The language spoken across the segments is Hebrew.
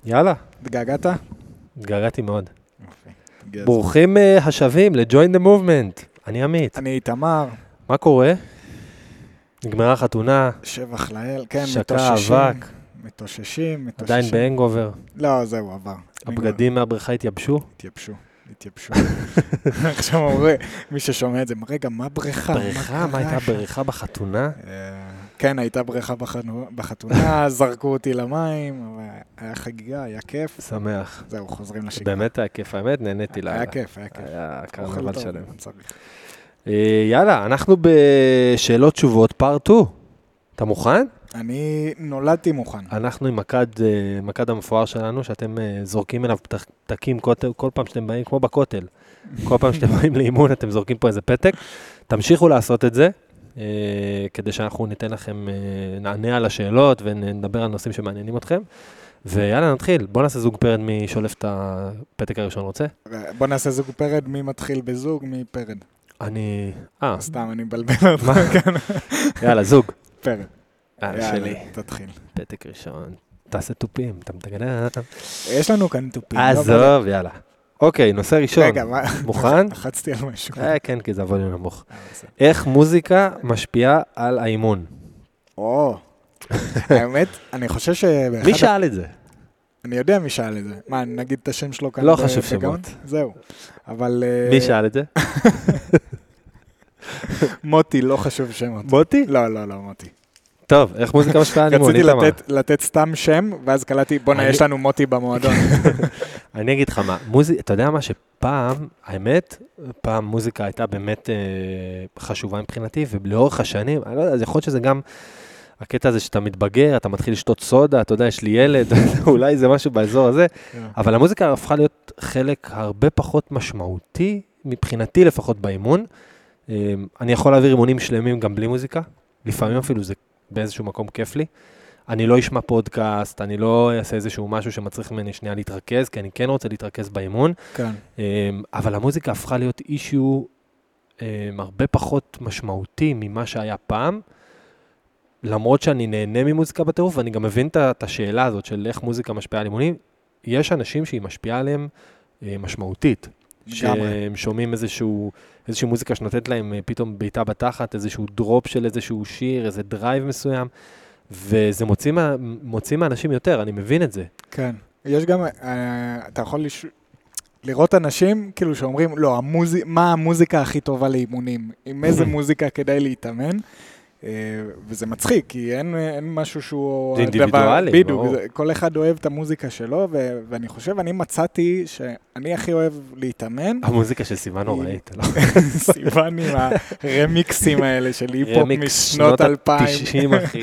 יאללה, התגעגעת? התגעגעתי מאוד. יופי. ברוכים השבים ל-Join the Movement. אני עמית. אני איתמר, מה קורה? נגמרה חתונה, שבח לאל, כן, שקע אבק, מתאוששים. עדיין בהנגובר. לא, זהו, עבר. הבגדים מהבריכה התייבשו? התייבשו. עכשיו אומרים, מי ששומע את זה, רגע, מה בריכה? בריכה? מה הייתה בריכה בחתונה? כן, הייתה בריכה בחתונה, זרקו אותי למים, היה חגיגה, היה כיף. שמח. זהו, חוזרים לשגרה. באמת היה כיף, האמת, נהניתי לה. היה כיף. היה קרנבל שלם. צריך. יאללה, אנחנו בשאלות תשובות פארט 2. אתה מוכן? אני נולדתי מוכן. אנחנו עם מקד המפואר שלנו, שאתם זורקים אליו פתקים כל פעם שאתם באים, כמו בכותל. כל פעם שאתם באים לאימון, אתם זורקים פה איזה פתק. תמשיכו לעשות את זה, כדי שאנחנו ניתן לכם, נענה על השאלות, ונדבר על נושאים שמעניינים אתכם. ויאללה, נתחיל. בוא נעשה זוג פרד מי שולף את הפתק הראשון, רוצה? בוא נעשה זוג פרד, מי מתחיל בזוג, מי פרד. סתם, אני מבלבל אותך. יאללה, זוג. פרד. שלי. תתחיל. פתק ראשון. תעשה טופים. יש לנו כאן טופים. עזוב, יאללה. אוקיי, נושא ראשון. רגע, מה? מוכן? לחצתי על משהו. כן, כי זה הווליום נמוך. איך מוזיקה משפיעה על האימון? האמת, אני חושב ש... מי שאל את זה? אני יודע מי שאל את זה. מה, נגיד את השם שלו כאן? לא חשוב שמות. זהו. אבל... מי שאל את זה? מוטי, לא חשוב שמות. מוטי? לא, מוטי. טוב, איך מוזיקה משפיעה על אימון? רציתי לתת סתם שם, ואז קלטתי, בוא'נה, יש לנו מוטי במועדון. אני אגיד לך מה, אתה יודע מה שפעם, האמת, פעם מוזיקה הייתה באמת חשובה מבחינתי, ולאורך השנים, אני לא יודע, אז יכול להיות שזה גם הקטע הזה שאתה מתבגר, אתה מתחיל לשתות סודה, אתה יודע, יש לי ילד, אולי זה משהו באזור הזה, אבל המוזיקה הפכה להיות חלק הרבה פחות משמעותי, מבחינתי לפחות באימון. אני יכול להעביר אימונים שלמים גם בלי מוזיקה, לפעמים אפילו זה באיזשהו מקום כיף לי. אני לא אשמע פודקאסט, אני לא אעשה איזשהו משהו שמצריך ממני שנייה להתרכז, כי אני כן רוצה להתרכז באימון. כן. אבל המוזיקה הפכה להיות אישיו הרבה פחות משמעותי ממה שהיה פעם, למרות שאני נהנה ממוזיקה בטירוף, ואני גם מבין את השאלה הזאת של איך מוזיקה משפיעה על אימונים. יש אנשים שהיא משפיעה עליהם משמעותית. שהם שומעים איזושהי מוזיקה שנותנת להם פתאום בעיטה בתחת, איזשהו דרופ של איזשהו שיר, איזה דרייב מסוים, וזה מוציא מאנשים יותר, אני מבין את זה. כן. יש גם, אתה יכול לראות אנשים כאילו שאומרים, לא, מה המוזיקה הכי טובה לאימונים? עם איזה מוזיקה כדאי להתאמן? וזה מצחיק, כי אין משהו שהוא... זה אינדיבידואלי. בדיוק, כל אחד אוהב את המוזיקה שלו, ואני חושב, אני מצאתי שאני הכי אוהב להתאמן. המוזיקה של סיוון נוראית, לא? סיוון עם הרמיקסים האלה של היפ-הופ משנות 2000. 90, אחי.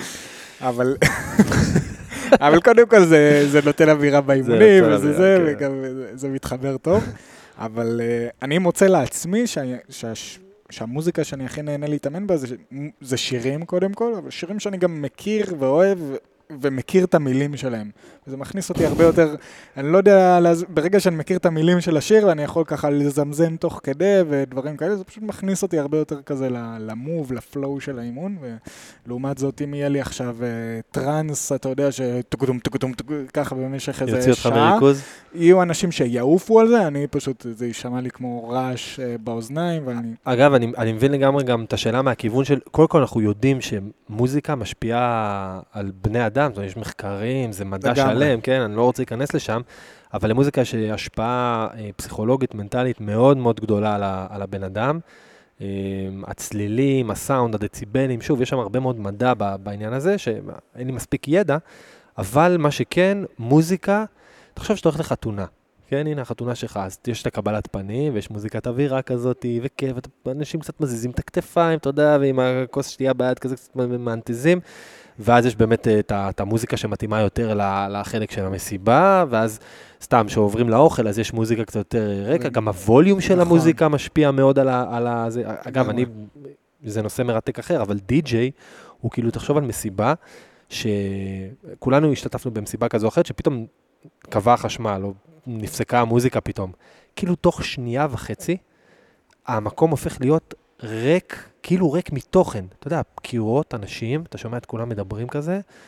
אבל קודם כל זה נותן אווירה באימונים, וגם זה מתחבר טוב. אבל אני מוצא לעצמי שהמוזיקה שאני הכי נהנה להתאמן בה זה שירים קודם כל, אבל שירים שאני גם מכיר ואוהב ומכיר את המילים שלהם. וזה מכניס אותי הרבה יותר, אני לא יודע, ברגע שאני מכיר את המילים של השיר, ואני יכול ככה לזמזם תוך כדי ודברים כאלה, זה פשוט מכניס אותי הרבה יותר כזה למוב, לפלואו של האימון, ולעומת זאת, אם יהיה לי עכשיו טרנס, אתה יודע שטוקטום, ככה במשך איזה שעה, יהיו אנשים שיעופו על זה, אני פשוט, זה יישמע לי כמו רעש באוזניים, ואני... אגב, אני מבין לגמרי גם את השאלה מהכיוון של, קודם כל אנחנו יודעים שמוזיקה משפיעה על בני אדם, זאת אומרת, יש מחקרים, זה מדע שלם, כן, אני לא רוצה להיכנס לשם, אבל למוזיקה שהשפעה פסיכולוגית, מנטלית מאוד מאוד גדולה על הבן אדם, הצלילים, הסאונד, הדציבלים, שוב, יש שם הרבה מאוד מדע בעניין הזה, שאין לי מספיק ידע, אבל מה שכן, מוזיקה, תחשוב שאתה הולך לחתונה, כן, הנה החתונה שלך, אז יש את הקבלת פנים, ויש מוזיקת אווירה כזאת, וכיף, אנשים קצת מזיזים את הכתפיים, אתה יודע, ועם הכוס שתייה ביד כזה קצת מנתזים, ואז יש באמת את המוזיקה שמתאימה יותר לחלק של המסיבה, ואז סתם שעוברים לאוכל, אז יש מוזיקה קצת יותר רקע, גם הווליום של המוזיקה משפיע מאוד על זה. אגב, זה נושא מרתק אחר, אבל די-ג'יי הוא כאילו, תחשוב על מסיבה, שכולנו השתתפנו במסיבה כזו אחרת, שפתאום קבע החשמל, או נפסקה המוזיקה פתאום. כאילו תוך שנייה וחצי, המקום הופך להיות ריק, כאילו ריק מתוכן. אתה יודע, קירות, אנשים, אתה שומע את כולם מדברים כזה,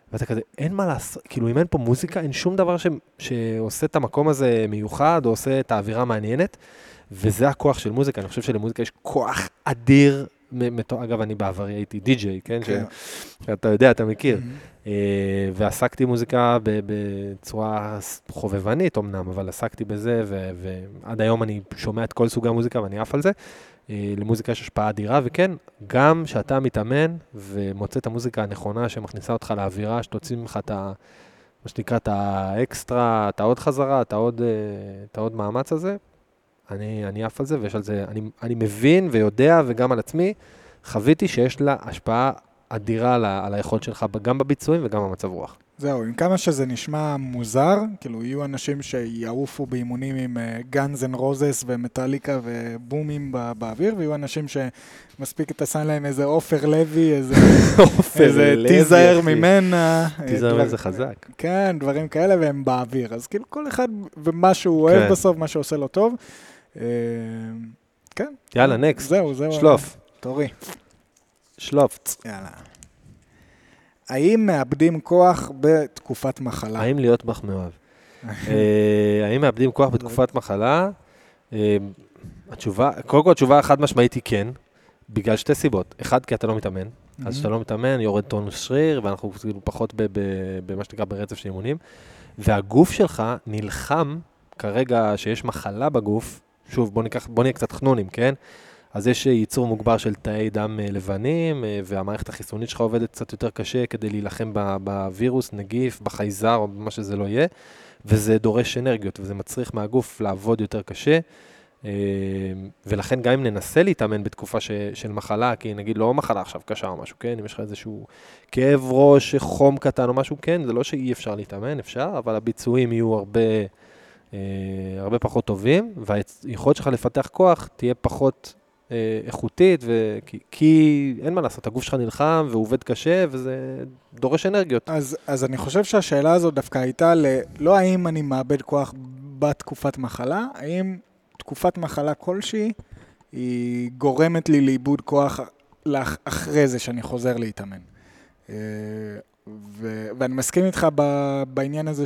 ואתה כזה, אין מה לעשות, כאילו אם אין פה מוזיקה, אין שום דבר שעושה את המקום הזה מיוחד, או עושה את האווירה מעניינת, וזה הכוח של מוזיקה. אני חושב שלמוזיקה יש כוח אדיר, אגב, אני בעברי הייתי די-ג'יי, כן? אתה יודע, אתה מכיר. ועסקתי מוזיקה בצורה חובבנית, אמנם, אבל עסקתי בזה, ועד היום אני שומע את כל סוגי המוזיקה, ואני עף על זה. למוזיקה יש השפעה אדירה, וכן, גם שאתה מתאמן ומוצא את המוזיקה הנכונה שמכניסה אותך לאווירה, שתוציא ממך את מה שנקרא, את האקסטרה, את העוד חזרה, את העוד מאמץ הזה, אני עף על זה, ויש על זה, אני מבין ויודע, וגם על עצמי, חוויתי שיש לה השפעה אדירה על היכולת שלך, גם בביצועים וגם במצב רוח. זהו, עם כמה שזה נשמע מוזר, כאילו יהיו אנשים שיעופו באימונים עם גאנז אנד רוזס ומטליקה ובומים באוויר, ויהיו אנשים שמספיק תעשה להם איזה עופר לוי, איזה תיזהר ממנה. תיזהר ממנה זה חזק. כן, דברים כאלה והם באוויר. אז כאילו כל אחד ומה שהוא אוהב בסוף, מה שעושה לו טוב. כן. יאללה, נקסט. זהו. שלוף. תורי. שלוף. יאללה. האם מאבדים כוח בתקופת מחלה? האם להיות בך מאוהב? האם מאבדים כוח בתקופת מחלה? קודם כל התשובה חד משמעית היא כן, בגלל שתי סיבות. אחד, כי אתה לא מתאמן. אז כשאתה לא מתאמן, יורד טונוס שריר, ואנחנו פחות במה שנקרא ברצף של אימונים. והגוף שלך נלחם, כרגע שיש מחלה בגוף, שוב, בוא נהיה קצת חנונים, כן? אז יש ייצור מוגבר של תאי דם לבנים, והמערכת החיסונית שלך עובדת קצת יותר קשה כדי להילחם בווירוס, נגיף, בחייזר או במה שזה לא יהיה, וזה דורש אנרגיות, וזה מצריך מהגוף לעבוד יותר קשה, ולכן גם אם ננסה להתאמן בתקופה של מחלה, כי נגיד לא מחלה עכשיו קשה או משהו, כן? אם יש לך איזשהו כאב ראש, חום קטן או משהו, כן? זה לא שאי אפשר להתאמן, אפשר, אבל הביצועים יהיו הרבה פחות טובים, והיכולת שלך לפתח כוח תהיה פחות איכותית, כי אין מה לעשות, הגוף שלך נלחם והוא עובד קשה, וזה דורש אנרגיות. אז אני חושב שהשאלה הזאת דווקא הייתה לא האם אני מאבד כוח בתקופת מחלה, האם תקופת מחלה כלשהי היא גורמת לי לאיבוד כוח אחרי זה שאני חוזר להתאמן. ואני מסכים איתך בעניין הזה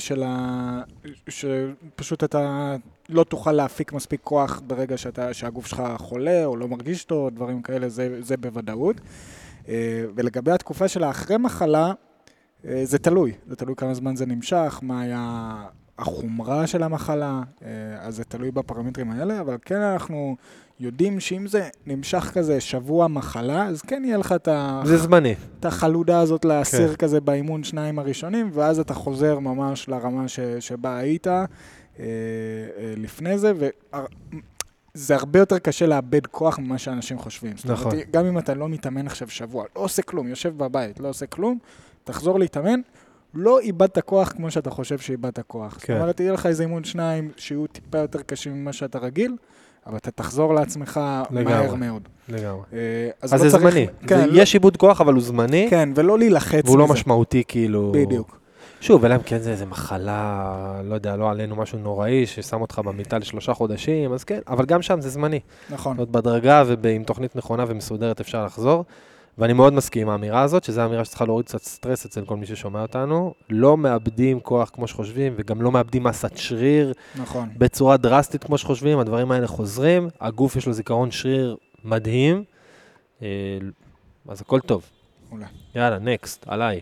שפשוט אתה לא תוכל להפיק מספיק כוח ברגע שהגוף שלך חולה או לא מרגיש אותו, דברים כאלה, זה בוודאות. ולגבי התקופה של האחרי מחלה, זה תלוי כמה זמן זה נמשך, מה היה החומרה של המחלה, אז זה תלוי בפרמטרים האלה, אבל כן אנחנו יודעים שאם זה נמשך כזה שבוע מחלה, אז כן יהיה לך זה זמני. את החלודה הזאת להסיר כזה באימון 2 הראשונים, ואז אתה חוזר ממש לרמה שבה היית לפני זה, וזה הרבה יותר קשה לאבד כוח ממה שאנשים חושבים. נכון. זאת אומרת, גם אם אתה לא מתאמן עכשיו שבוע, לא עושה כלום, יושב בבית, לא עושה כלום, תחזור להתאמן, לא איבדת כוח כמו שאתה חושב שאיבדת כוח. זאת אומרת, יהיה לך איזה אימון 2 שיהיו טיפה יותר קשים ממה שאתה רגיל, אבל אתה תחזור לעצמך מהר מאוד. לגמרי. אז זה זמני. יש איבוד כוח, אבל הוא זמני. כן, ולא להילחץ מזה. והוא לא משמעותי, כאילו... בדיוק. שוב, אלא אם כן זה מחלה, לא יודע, לא עלינו משהו נוראי, ששם אותך במיטה ל3 חודשים, אז כן, אבל גם שם זה זמני. נכון. זאת בדרגה ועם תוכנית נכונה ומסודרת אפשר לחזור. ואני מאוד מסכים עם האמירה הזאת, שזו האמירה שצריכה להוריד קצת סטרס אצל כל מי ששומע אותנו. לא מאבדים כוח כמו שחושבים, וגם לא מאבדים מסת שריר. נכון. בצורה דרסטית כמו שחושבים, הדברים האלה חוזרים. הגוף יש לו זיכרון שריר מדהים. אז הכל טוב. אולי. יאללה, נקסט, עליי.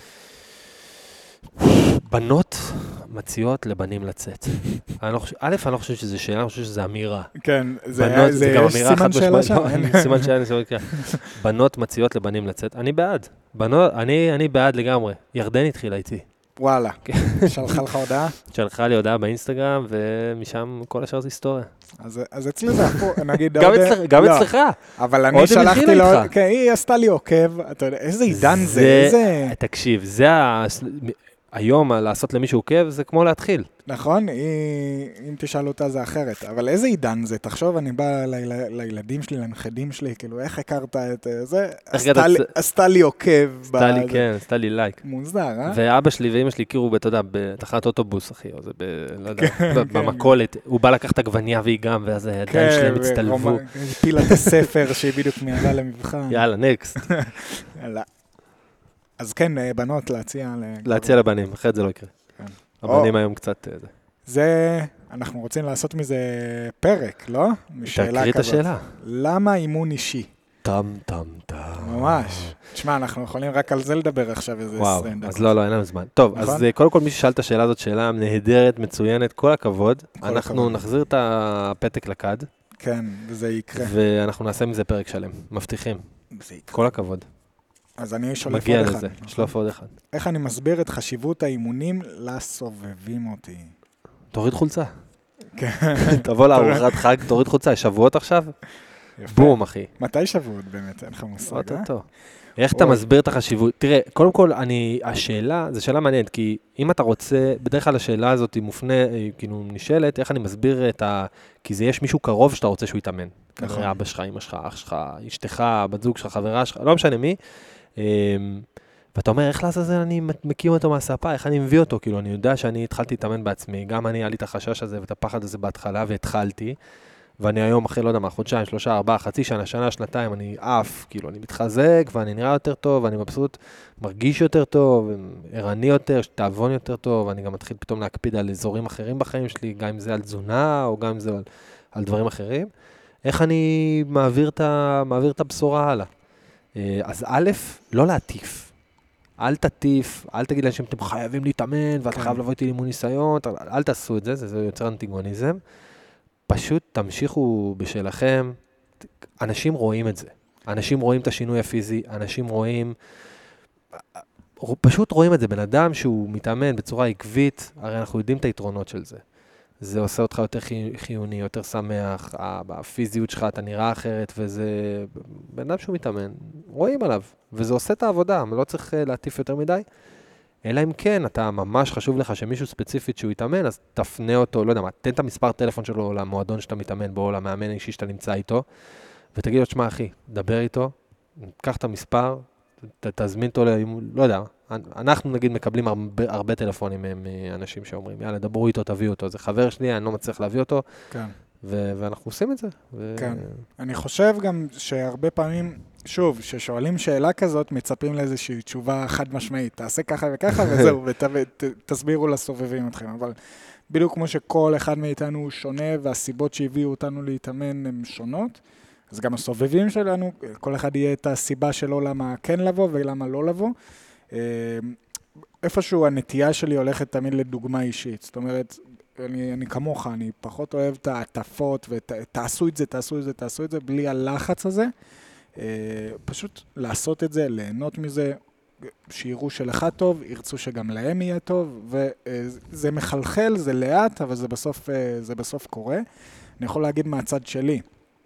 בנות מציעות לבנים לצאת. אני לא חושב שזה שאלה, אני חושב שזה אמירה. כן, זה גם אמירה סימן שאלה שם. סימן שאלה, בנות מציעות לבנים לצאת. אני בעד. אני בעד לגמרי. ירדן התחילה איתי. וואלה. שלחה לך הודעה? שלחה לי הודעה באינסטגרם, ומשם כל השאר זה היסטוריה. אז אצלי זה נגיד... גם אצלך. אבל אני שלחתי לו... כן, היא עשתה לי עוקב. אתה יודע, איזה עידן זה. תקשיב, זה היום לעשות למישהו עוקב זה כמו להתחיל. נכון, אם תשאל אותה זה אחרת, אבל איזה עידן זה? תחשוב, אני בא לילדים שלי, לנכדים שלי, כאילו, איך הכרת את זה? עשתה לי עוקב. עשתה לי לייק. מוזר, אה? ואבא שלי ואמא שלי הכירו, אתה יודע, בתחנת אוטובוס, אחי, או זה לא יודע, במקולת. הוא בא לקח את הגווניה והיא גם, ואז הידיים שלהם הצטלבו. פילה את הספר שהיא בדיוק מיהרה למבחן. יאללה, נקסט. יאללה. אז כן, בנות להציע... להציע לבנים, אחרת זה לא יקרה. הבנים היום קצת... זה, אנחנו רוצים לעשות מזה פרק, לא? תקריא את השאלה. למה אימון אישי? טם, טם, טם. ממש. תשמע, אנחנו יכולים רק על זה לדבר עכשיו איזה 20 דקות. אז לא, אין לנו זמן. טוב, אז קודם כל מי ששאל את השאלה הזאת, שאלה נהדרת, מצוינת, כל הכבוד. אנחנו נחזיר את הפתק לקד. כן, וזה יקרה. ואנחנו נעשה מזה פרק שלם, מבטיחים. כל הכבוד. אז אני שולף עוד אחד. מגיע לזה, שלוף עוד אחד. איך אני מסביר את חשיבות האימונים לסובבים אותי? תוריד חולצה. תבוא לארוחת חג, תוריד חולצה, יש שבועות עכשיו? בום, אחי. מתי שבועות באמת? אין לך מושג, איך אתה מסביר את החשיבות? תראה, קודם כל, השאלה, זו שאלה מעניינת, כי אם אתה רוצה, בדרך כלל השאלה הזאת היא מופנה, כאילו נשאלת, איך אני מסביר כי זה יש מישהו קרוב שאתה רוצה שהוא יתאמן. כנראה אבא שלך, אמא שלך, אח שלך, אשתך, בת זוג שלך, חברה שלך, לא משנה מי. ואתה אומר, איך לעזאזל אני מקים אותו מהספה, איך אני מביא אותו? כאילו, אני יודע שאני התחלתי להתאמן בעצמי, גם אני היה לי את החשש הזה ואת הפחד הזה בהתחלה, והתחלתי. ואני היום אחרי, לא יודע מה, חודשיים, 3, 4, חצי שנה, שנה, שנתיים, אני עף, כאילו, אני מתחזק, ואני נראה יותר טוב, ואני מבסוט, מרגיש יותר טוב, ערני יותר, תאבון יותר טוב, ואני גם מתחיל פתאום להקפיד על אזורים אחרים בחיים שלי, גם אם זה על תזונה, או גם אם זה על דברים אחרים. איך אני מעביר את הבשורה הלאה? אז א', לא להטיף. אל תטיף, אל תגיד לאנשים, אתם חייבים להתאמן, ואתה חייב לבוא איתי לאימון ניסיון, אל תעשו את זה, זה יוצר אנטיגוניזם. פשוט תמשיכו בשלכם, אנשים רואים את זה, אנשים רואים את השינוי הפיזי, אנשים פשוט רואים את זה, בן אדם שהוא מתאמן בצורה עקבית, הרי אנחנו יודעים את היתרונות של זה. זה עושה אותך יותר חיוני, יותר שמח, בפיזיות שלך אתה נראה אחרת, וזה בן אדם שהוא מתאמן, רואים עליו, וזה עושה את העבודה, לא צריך להטיף יותר מדי. אלא אם כן, אתה ממש חשוב לך שמישהו ספציפית שהוא יתאמן, אז תפנה אותו, לא יודע מה, תן את המספר טלפון שלו למועדון שאתה מתאמן בו, למאמן האישי שאתה נמצא איתו, ותגיד לו, תשמע אחי, דבר איתו, קח את המספר, תזמין אותו, לא יודע, אנחנו נגיד מקבלים הרבה טלפונים מאנשים שאומרים, יאללה, דברו איתו, תביאו אותו, זה חבר שלי, אני לא מצליח להביא אותו, כן. ואנחנו עושים את זה. כן. אני חושב גם שהרבה פעמים, שוב, ששואלים שאלה כזאת, מצפים לאיזושהי תשובה חד משמעית, תעשה ככה וככה וזהו, ותסבירו לסובבים אתכם, אבל בדיוק כמו שכל אחד מאיתנו הוא שונה, והסיבות שהביאו אותנו להתאמן הן שונות, אז גם הסובבים שלנו, כל אחד יהיה את הסיבה שלו למה כן לבוא ולמה לא לבוא. איפשהו הנטייה שלי הולכת תמיד לדוגמה אישית, זאת אומרת, אני כמוך, אני פחות אוהב את העטפות, ותעשו את זה, תעשו את זה, תעשו את זה, בלי הלחץ הזה. פשוט לעשות את זה, ליהנות מזה, שיראו שלך טוב, ירצו שגם להם יהיה טוב, וזה מחלחל, זה לאט, אבל זה בסוף קורה. אני יכול להגיד מהצד שלי,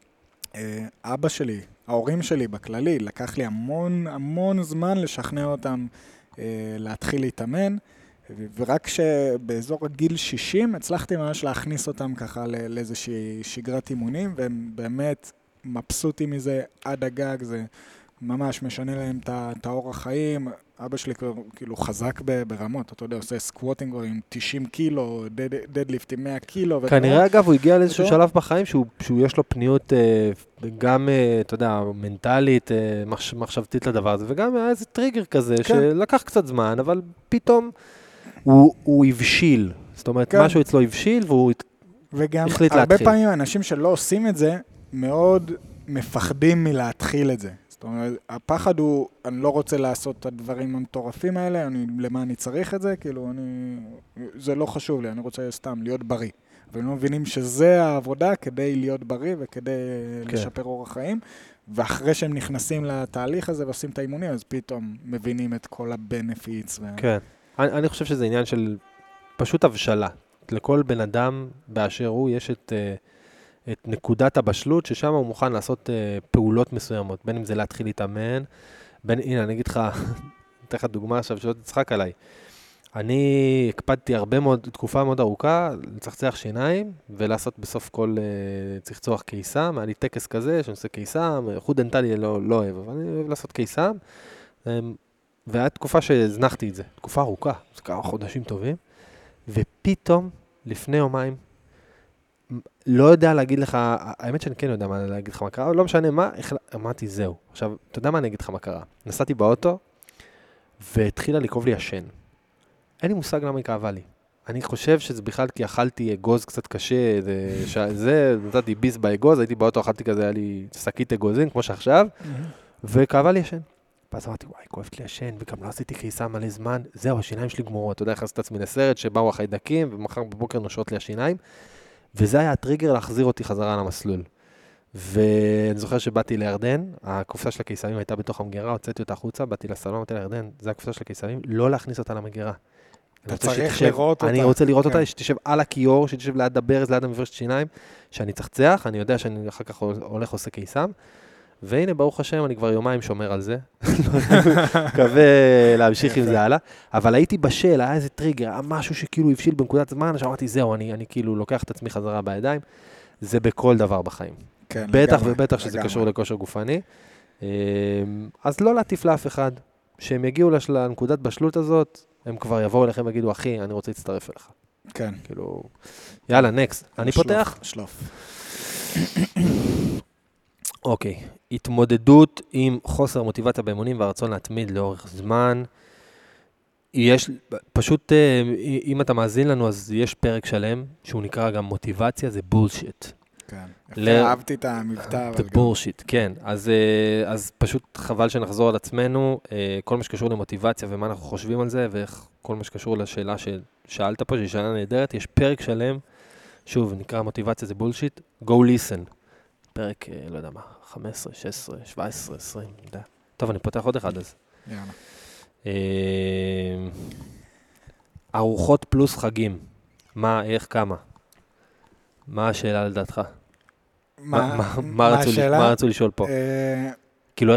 אבא שלי, ההורים שלי בכללי, לקח לי המון זמן לשכנע אותם להתחיל להתאמן, ורק שבאזור הגיל 60 הצלחתי ממש להכניס אותם ככה לאיזושהי שגרת אימונים, והם באמת מבסוטים מזה עד הגג, זה ממש משנה להם את האורח חיים. אבא שלי כאילו חזק ברמות, אתה יודע, עושה סקווטינג עם 90 קילו, דדליפט עם 100 קילו. כנראה אגב, הוא הגיע לאיזשהו שלב בחיים שהוא יש לו פניות גם, אתה יודע, מנטלית, מחשבתית לדבר הזה, וגם היה איזה טריגר כזה שלקח קצת זמן, אבל פתאום הוא הבשיל. זאת אומרת, משהו אצלו הבשיל והוא החליט להתחיל. וגם הרבה פעמים אנשים שלא עושים את זה, מאוד מפחדים מלהתחיל את זה. זאת אומרת, הפחד הוא, אני לא רוצה לעשות את הדברים המטורפים האלה, למה אני צריך את זה, כאילו, זה לא חשוב לי, אני רוצה סתם להיות בריא. והם לא מבינים שזה העבודה כדי להיות בריא וכדי לשפר אורח חיים, ואחרי שהם נכנסים לתהליך הזה ועושים את האימונים, אז פתאום מבינים את כל הבנפיטס. כן, אני חושב שזה עניין של פשוט הבשלה. לכל בן אדם באשר הוא יש את נקודת הבשלות, ששם הוא מוכן לעשות פעולות מסוימות, בין אם זה להתחיל להתאמן, הנה, אני אגיד לך, אתן לך דוגמה עכשיו, שלא תצחק עליי. אני הקפדתי תקופה מאוד ארוכה, לצחצח שיניים, ולעשות בסוף כל צחצוח קיסם, היה לי טקס כזה, שאני עושה קיסם, חוד דנטלי לא אוהב, אבל אני אוהב לעשות קיסם, והיה תקופה שהזנחתי את זה, תקופה ארוכה, זה כמה חודשים טובים, ופתאום, לפני יומיים, לא יודע להגיד לך, האמת שאני כן יודע מה להגיד לך מה קרה, לא משנה מה, אמרתי זהו. עכשיו, אתה יודע מה אני אגיד לך מה קרה? נסעתי באוטו, והתחילה לקרוב לי השן. אין לי מושג למה היא כאבה לי. אני חושב שזה בכלל כי אכלתי אגוז קצת קשה, נתתי ביס באגוז, הייתי באוטו, אכלתי כזה, היה לי שקית אגוזים, כמו שעכשיו, וכאבה לי השן. ואז אמרתי, וואי, כואבת לי השן, וגם לא עשיתי קיסה מלא זמן, זהו, השיניים שלי גמורות, אתה יודע, הכנסתי את עצמי לסרט שבאו החיידקים, ומחר בבוקר נושרות לי השיניים, וזה היה הטריגר להחזיר אותי חזרה למסלול. ואני זוכר שבאתי לירדן, הקופסה של הקיסמים הייתה בתוך המגירה, הוצאתי אותה החוצה, באתי לסלון, אמרתי לירדן, זה הקופסה של הקיסמים, לא להכניס אותה למגירה. אתה צריך לראות אותה. אני רוצה לראות אותה, שתשב על הכיור, שתשב ליד הברז, ליד המברשת שיניים, שאני צחצח, אני יודע שאני אחר כך הולך עושה קיסם, והנה, ברוך השם, אני כבר יומיים שומר על זה. מקווה להמשיך עם זה הלאה. אבל הייתי בשל, היה איזה טריגר, היה משהו שכאילו הבשיל בנקודת זמן, שאמרתי, זהו, אני כאילו לוקח את עצמי חזרה בידיים. זה בכל דבר בחיים. בטח ובטח שזה קשור לכושר גופני. אז לא להטיף לאף אחד. שהם יגיעו לנקודת בשלות הזאת, הם כבר יבואו אליכם ויגידו, אחי, אני רוצה להצטרף אליך. כן. כאילו, יאללה, נקסט. אני פותח? שלוף. אוקיי. התמודדות עם חוסר מוטיבציה באימונים והרצון להתמיד לאורך זמן. יש, פשוט, אם אתה מאזין לנו, אז יש פרק שלם, שהוא נקרא גם מוטיבציה, זה בולשיט. כן. אהבתי את המבטא. זה בולשיט, כן. אז פשוט חבל שנחזור על עצמנו, כל מה שקשור למוטיבציה ומה אנחנו חושבים על זה, וכל מה שקשור לשאלה ששאלת פה, שהיא שאלה נהדרת, יש פרק שלם, שוב, נקרא מוטיבציה זה בולשיט, go listen. פרק, לא יודע מה, 15, 16, 17, 20, יודע. טוב, אני פותח עוד אחד אז. יאללה. ארוחות פלוס חגים. מה, איך, כמה? מה השאלה לדעתך? מה רצו לשאול פה? כאילו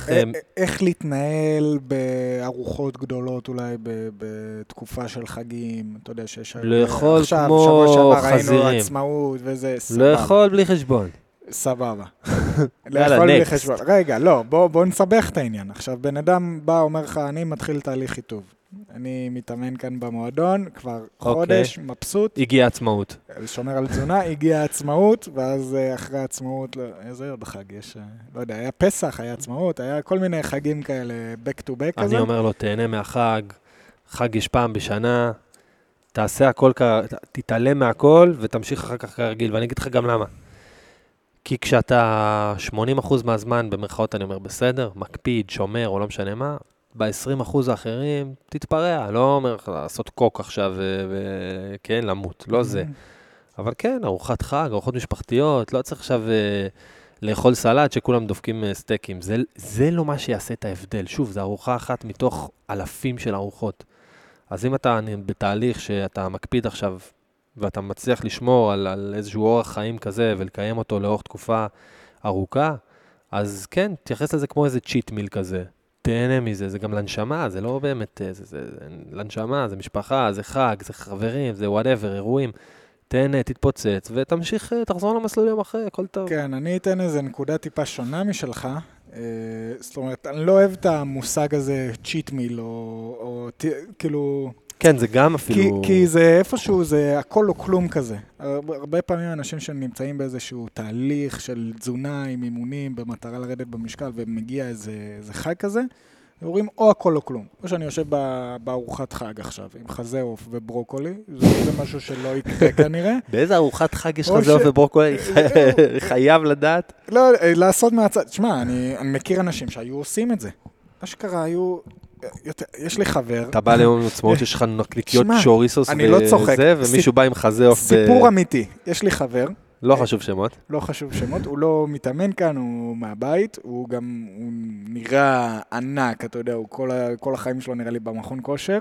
איך להתנהל בארוחות גדולות אולי בתקופה של חגים, אתה יודע שיש... לאכול כמו חזירים. ראינו עצמאות וזה סבבה. לאכול בלי חשבון. סבבה. לאכול בלי חשבון. רגע, לא, בוא נסבך את העניין. עכשיו, בן אדם בא, אומר לך, אני מתחיל תהליך חיטוב. אני מתאמן כאן במועדון, כבר חודש, מבסוט. הגיע עצמאות. שומר על תזונה, הגיע עצמאות, ואז אחרי עצמאות, איזה עוד חג יש? לא יודע, היה פסח, היה עצמאות, היה כל מיני חגים כאלה, back to back כזה. אני אומר לו, תהנה מהחג, חג יש פעם בשנה, תעשה הכל, תתעלם מהכל, ותמשיך אחר כך כרגיל, ואני אגיד לך גם למה. כי כשאתה 80% מהזמן, במרכאות אני אומר בסדר, מקפיד, שומר או לא משנה מה, ב-20% האחרים תתפרע, לא אומר לעשות קוק עכשיו וכן, למות, לא זה. אבל כן, ארוחת חג, ארוחות משפחתיות, לא צריך עכשיו לאכול סלט שכולם דופקים סטייקים. זה לא מה שיעשה את ההבדל. שוב, זה ארוחה אחת מתוך אלפים של ארוחות. אז אם אתה בתהליך שאתה מקפיד עכשיו, ואתה מצליח לשמור על איזשהו אורח חיים כזה, ולקיים אותו לאורך תקופה ארוכה, אז כן, תייחס לזה כמו איזה צ'יט מיל כזה. תהנה מזה, זה גם לנשמה, זה לא באמת, זה לנשמה, זה משפחה, זה חג, זה חברים, זה whatever, אירועים. תהנה, תתפוצץ, ותמשיך, תחזור למסלול יום אחרי, הכל טוב. כן, אני אתן איזה נקודה טיפה שונה משלך. זאת אומרת, אני לא אוהב את המושג הזה, צ'יט מיל, או כאילו... כן, זה גם אפילו... כי זה איפשהו, זה הכל או כלום כזה. הרבה פעמים אנשים שנמצאים באיזשהו תהליך של תזונה עם אימונים, במטרה לרדת במשקל, ומגיע איזה חג כזה, אומרים או הכל או כלום. או שאני יושב בארוחת חג עכשיו, עם חזה עוף וברוקולי, זה משהו שלא יקרה כנראה. באיזה ארוחת חג יש חזה עוף וברוקולי? חייב לדעת? לא, לעשות מהצד. תשמע, אני מכיר אנשים שהיו עושים את זה. אשכרה היו... יש לי חבר. אתה בא ליום עצמאות, יש לך נקניקיות שוריסוס וזה, ומישהו בא עם חזה עוף. סיפור אמיתי. יש לי חבר. לא חשוב שמות. לא חשוב שמות, הוא לא מתאמן כאן, הוא מהבית, הוא גם, הוא נראה ענק, אתה יודע, כל החיים שלו נראה לי במכון כושר,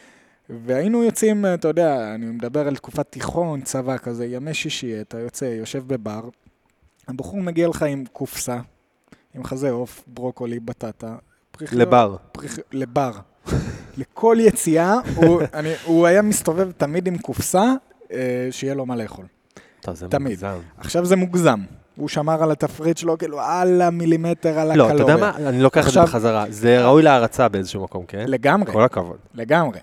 והיינו יוצאים, אתה יודע, אני מדבר על תקופת תיכון, צבא כזה, ימי שישי, אתה יוצא, יושב בבר, הבחור מגיע לך עם קופסה, עם חזה עוף, ברוקולי, בטטה, לבר. לבר. לכל יציאה, הוא היה מסתובב תמיד עם קופסה, שיהיה לו מה לאכול. טוב, זה תמיד. מוגזם. עכשיו זה מוגזם. הוא שמר על התפריט שלו, כאילו, על המילימטר, על הקלוריה. לא, אתה יודע מה? אני לוקח את זה בחזרה. זה ראוי להרצה באיזשהו מקום, כן? לגמרי. כל הכבוד. לגמרי.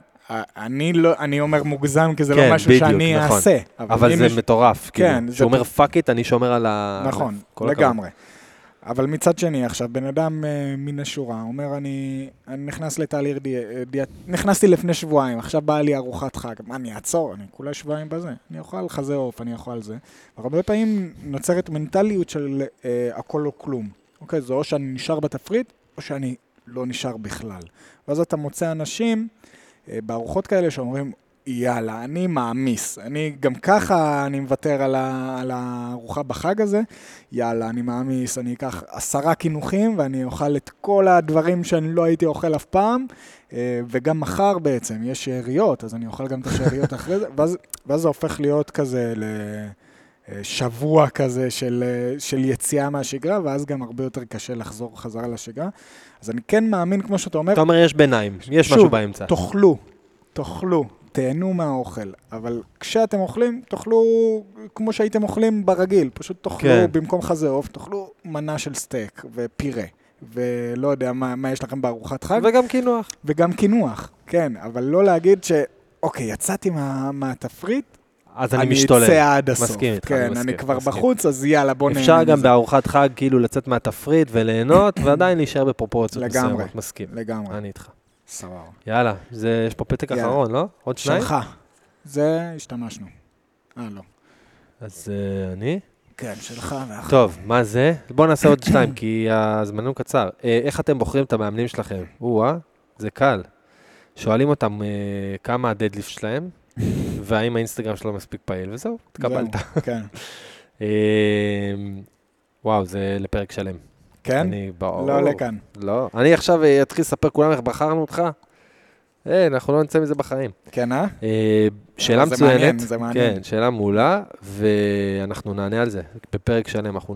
אני אומר מוגזם, כי זה לא משהו שאני אעשה. אבל זה מטורף. כן, שהוא אומר פאק איט, אני שומר על ה... נכון, לגמרי. אבל מצד שני, עכשיו, בן אדם מן השורה, אומר, אני נכנס לתהליך נכנסתי לפני שבועיים, עכשיו באה לי ארוחת חג, מה, אני אעצור? אני כולה שבועיים בזה, אני אוכל חזה עוף, אני אוכל זה. הרבה פעמים נוצרת מנטליות של הכל או כלום. אוקיי, זה או שאני נשאר בתפריט, או שאני לא נשאר בכלל. ואז אתה מוצא אנשים בארוחות כאלה שאומרים, יאללה, אני מאמיס. אני גם ככה אני מוותר על הארוחה בחג הזה. יאללה, אני מאמיס, אני אקח 10 קינוחים ואני אוכל את כל הדברים שאני לא הייתי אוכל אף פעם. וגם מחר בעצם יש שאריות, אז אני אוכל גם את השאריות אחרי זה. ואז זה הופך להיות כזה לשבוע כזה של יציאה מהשגרה, ואז גם הרבה יותר קשה לחזור חזרה לשגרה. אז אני כן מאמין, כמו שאתה אומר... אתה אומר, יש ביניים, יש משהו באמצע. תאכלו, תהנו מהאוכל, אבל כשאתם אוכלים, תאכלו כמו שהייתם אוכלים ברגיל, פשוט תאכלו במקום חזה עוף, תאכלו מנה של סטייק ופירה, ולא יודע מה יש לכם בארוחת חג. וגם קינוח. כן, אבל לא להגיד אוקיי, יצאתי מהתפריט, אז אני משתולל. אצא עד הסוף. מסכים איתך, כן, אני כבר בחוץ, אז יאללה, בוא נהנה. אפשר גם בארוחת חג כאילו לצאת מהתפריט וליהנות, ועדיין להישאר בפרופורציות מסוימות. מסכים. לגמרי. אני איתך. סבבה. יאללה, יש פה פתק אחרון, לא? עוד 2? שלך. זה השתמשנו. לא. אז אני? כן, שלך ואחר. טוב, מה זה? בואו נעשה עוד 2, כי הזמננו קצר. איך אתם בוחרים את המאמנים שלכם? זה קל. שואלים אותם כמה הדדליפט שלהם, והאם האינסטגרם שלו מספיק פעיל, וזהו, תקבלת. כן. וואו, זה לפרק שלם. כן? לא עולה כאן. לא. אני עכשיו אתחיל לספר כולם איך בחרנו אותך. אנחנו לא נצא מזה בחיים. כן, שאלה מצוינת. זה מעניין. כן, שאלה מעולה, ואנחנו נענה על זה. בפרק שלם אנחנו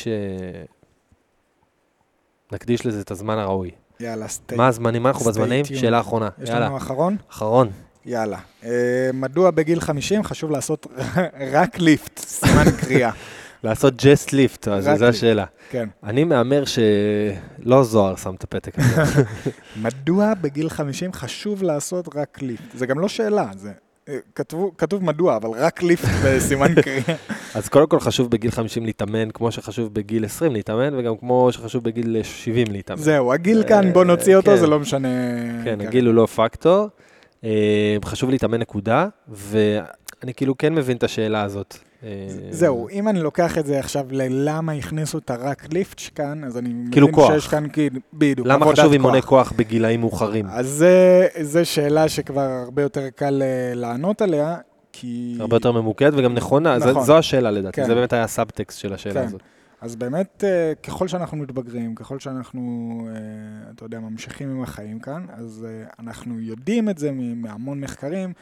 נקדיש לזה את הזמן הראוי. יאללה, מה הזמנים? מה אנחנו בזמנים? שאלה אחרונה. יש לנו אחרון? אחרון. יאללה. מדוע בגיל 50 חשוב לעשות רק ליפט, סימן קריאה? לעשות ג'סט ליפט, אז זו השאלה. כן. אני מאמר שלא זוהר שם את הפתק הזה. מדוע בגיל 50 חשוב לעשות רק ליפט? זה גם לא שאלה, זה כתוב מדוע, אבל רק ליפט בסימן קריאה. אז קודם כל חשוב בגיל 50 להתאמן, כמו שחשוב בגיל 20 להתאמן, וגם כמו שחשוב בגיל 70 להתאמן. זהו, הגיל כאן, בוא נוציא אותו, זה לא משנה. כן, הגיל הוא לא פקטור. חשוב להתאמן נקודה, ואני כאילו כן מבין את השאלה הזאת. זהו, אם אני לוקח את זה עכשיו ללמה הכניסו את הרק ליפט כאן, אז אני כאילו מבין כוח. שיש כאן בדיוק, למה חשוב אימוני כוח בגילאים מאוחרים? אז זו שאלה שכבר הרבה יותר קל לענות עליה, כי... הרבה יותר ממוקד וגם נכונה, זו השאלה לדעתי, זה באמת היה הסאבטקסט של השאלה הזאת. אז באמת, ככל שאנחנו מתבגרים, ככל שאנחנו, אתה יודע, ממשיכים עם החיים כאן, אז אנחנו יודעים את זה מהמון מחקרים,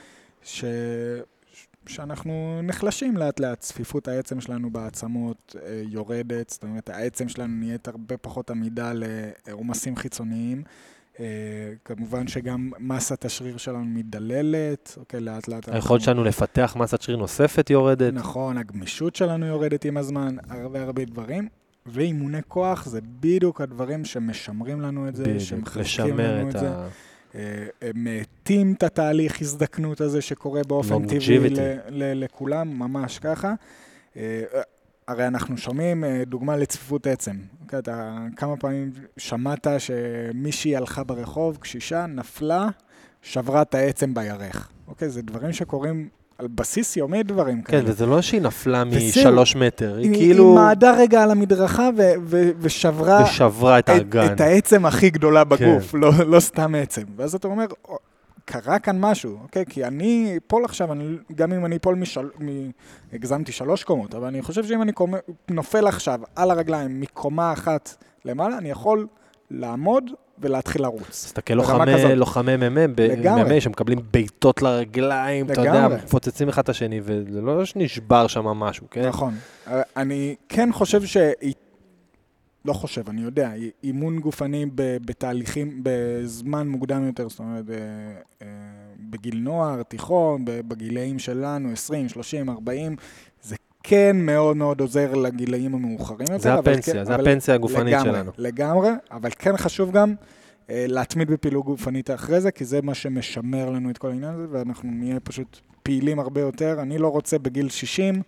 שאנחנו נחלשים לאט לאט, צפיפות העצם שלנו בעצמות יורדת, זאת אומרת, העצם שלנו נהיית הרבה פחות עמידה לעומסים חיצוניים, כמובן שגם מסת השריר שלנו מדללת, אוקיי, לאט לאט. היכולת שלנו לפתח מסת שריר נוספת יורדת. נכון, הגמישות שלנו יורדת עם הזמן, הרבה דברים, ואימוני כוח זה בדיוק הדברים שמשמרים לנו את זה, שמחזקים לנו את זה. מעטים את התהליך הזדקנות הזה שקורה באופן טבעי לכולם, ממש ככה. הרי אנחנו שומעים דוגמה לצפיפות עצם. אתה כמה פעמים שמעת שמישהי הלכה ברחוב, קשישה, נפלה, שברה את העצם בירך. אוקיי, זה דברים שקורים על בסיס יומי דברים כאלה. כן, וזה לא שהיא נפלה מ3 מטר, היא כאילו... היא מעדה רגע על המדרכה ושברה... ושברה את האגן. את העצם הכי גדולה בגוף, לא סתם עצם. ואז אתה אומר, קרה כאן משהו, אוקיי? כי אני אפול עכשיו, גם אם אני אפול הגזמתי 3 קומות, אבל אני חושב שאם אני נופל עכשיו על הרגליים מקומה אחת למעלה, אני יכול לעמוד ולהתחיל לרוץ. תסתכל לוחמי MMA שמקבלים ביתות לרגליים, אתה יודע, מפוצצים אחד את השני, וזה לא שנשבר שם משהו, כן? נכון. אני כן חושב לא חושב, אני יודע, אימון גופני בתהליכים, בזמן מוקדם יותר, זאת אומרת, בגיל נוער, תיכון, בגילאים שלנו, 20, 30, 40, זה כן מאוד מאוד עוזר לגילאים המאוחרים יותר. זה הפנסיה, זה הפנסיה הגופנית שלנו. לגמרי, אבל כן חשוב גם להתמיד בפעילות גופנית אחרי זה, כי זה מה שמשמר לנו את כל העניין הזה, ואנחנו נהיה פשוט פעילים הרבה יותר. אני לא רוצה בגיל 60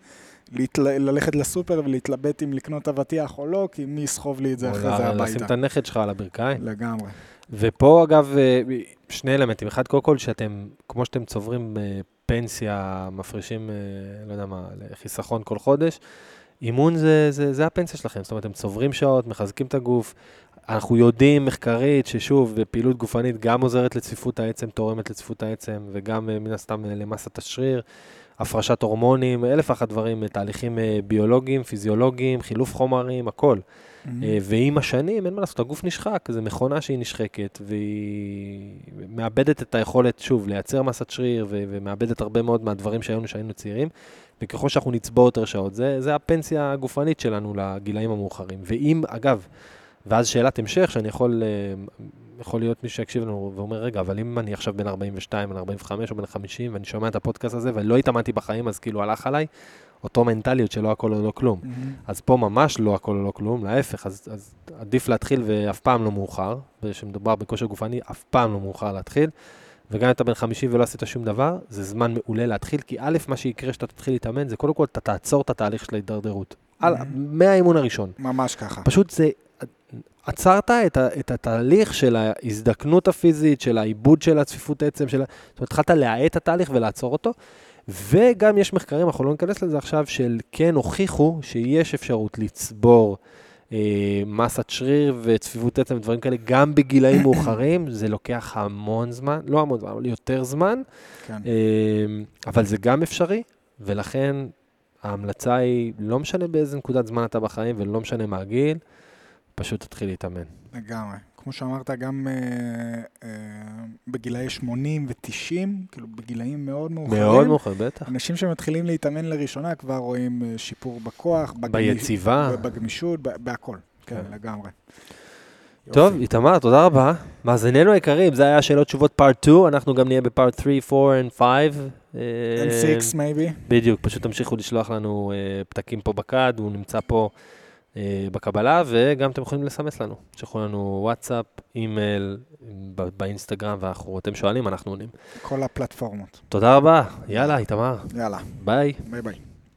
ללכת לסופר ולהתלבט אם לקנות אבטיח או לא, כי מי יסחוב לי את זה אחרי זה הביתה. לשים את הנכד שלך על הברכיים. לגמרי. ופה אגב, שני אלמנטים. אחד, קודם כל, שאתם, כמו שאתם צוברים פנסיה, מפרישים, לא יודע מה, לחיסכון כל חודש, אימון זה הפנסיה שלכם. זאת אומרת, אתם צוברים שעות, מחזקים את הגוף. אנחנו יודעים מחקרית ששוב, בפעילות גופנית גם עוזרת לצפיפות העצם, תורמת לצפיפות העצם, וגם מן הסתם למסת השריר, הפרשת הורמונים, אלף ואחת דברים, תהליכים ביולוגיים, פיזיולוגיים, חילוף חומרים, הכל. ועם השנים, אין מה לעשות, הגוף נשחק, זו מכונה שהיא נשחקת, והיא מאבדת את היכולת, שוב, לייצר מסת שריר, ומאבדת הרבה מאוד מהדברים שהיינו צעירים, וככל שאנחנו נצבור יותר שעות, זה הפנסיה הגופנית שלנו לגילאים המאוחרים. ואם, אגב, ואז שאלת המשך, שאני יכול להיות מישהו שיקשיב לנו ואומר, רגע, אבל אם אני עכשיו בין 42, בין 45 או בין 50, ואני שומע את הפודקאסט הזה, ולא התאמנתי בחיים, אז כאילו הלך עליי, אותו מנטליות שלא הכל או לא כלום. אז פה ממש לא הכל או לא כלום, להפך, אז עדיף להתחיל ואף פעם לא מאוחר, ושמדובר בכושר גופני, אף פעם לא מאוחר להתחיל, וגם אם אתה בין 50 ולא עשית שום דבר, זה זמן מעולה להתחיל, כי א', מה שיקרה שאתה תתחיל להתאמן, זה קודם כל, אתה תעצור את התהליך של ההידרדרות. מהאימון הראשון. ממש ככה. פשוט זה, עצרת את התהליך של ההזדקנות הפיזית, של העיבוד של הצפיפות עצם, זאת אומרת, התחלת להאט את התהליך ולעצור אותו, וגם יש מחקרים, אנחנו לא ניכנס לזה עכשיו, של כן הוכיחו שיש אפשרות לצבור מסת שריר וצפיפות עצם ודברים כאלה, גם בגילאים מאוחרים, זה לוקח המון זמן, לא המון זמן, אבל יותר זמן, כן. אבל זה גם אפשרי, ולכן ההמלצה היא, לא משנה באיזה נקודת זמן אתה בחיים, ולא משנה מה הגיל, פשוט תתחיל להתאמן. לגמרי. כמו שאמרת, גם בגילאי 80 ו-90, כאילו בגילאים מאוד מאוחרים. מאוד מאוחר, בטח. אנשים שמתחילים להתאמן לראשונה כבר רואים שיפור בכוח, ביציבה. בגמישות, בהכל. כן, לגמרי. טוב, איתמר, תודה רבה. מאזיננו היקרים, זה היה שאלות תשובות פארט 2, אנחנו גם נהיה בפארט 3, 4 and 5. and 6 maybe. בדיוק, פשוט תמשיכו לשלוח לנו פתקים פה בקד, הוא נמצא פה בקבלה, וגם אתם יכולים לסמס לנו. תשלחו לנו וואטסאפ, אימייל, באינסטגרם, ואתם שואלים, אנחנו עונים. כל הפלטפורמות. תודה רבה. יאללה, איתמר. יאללה. ביי. ביי ביי.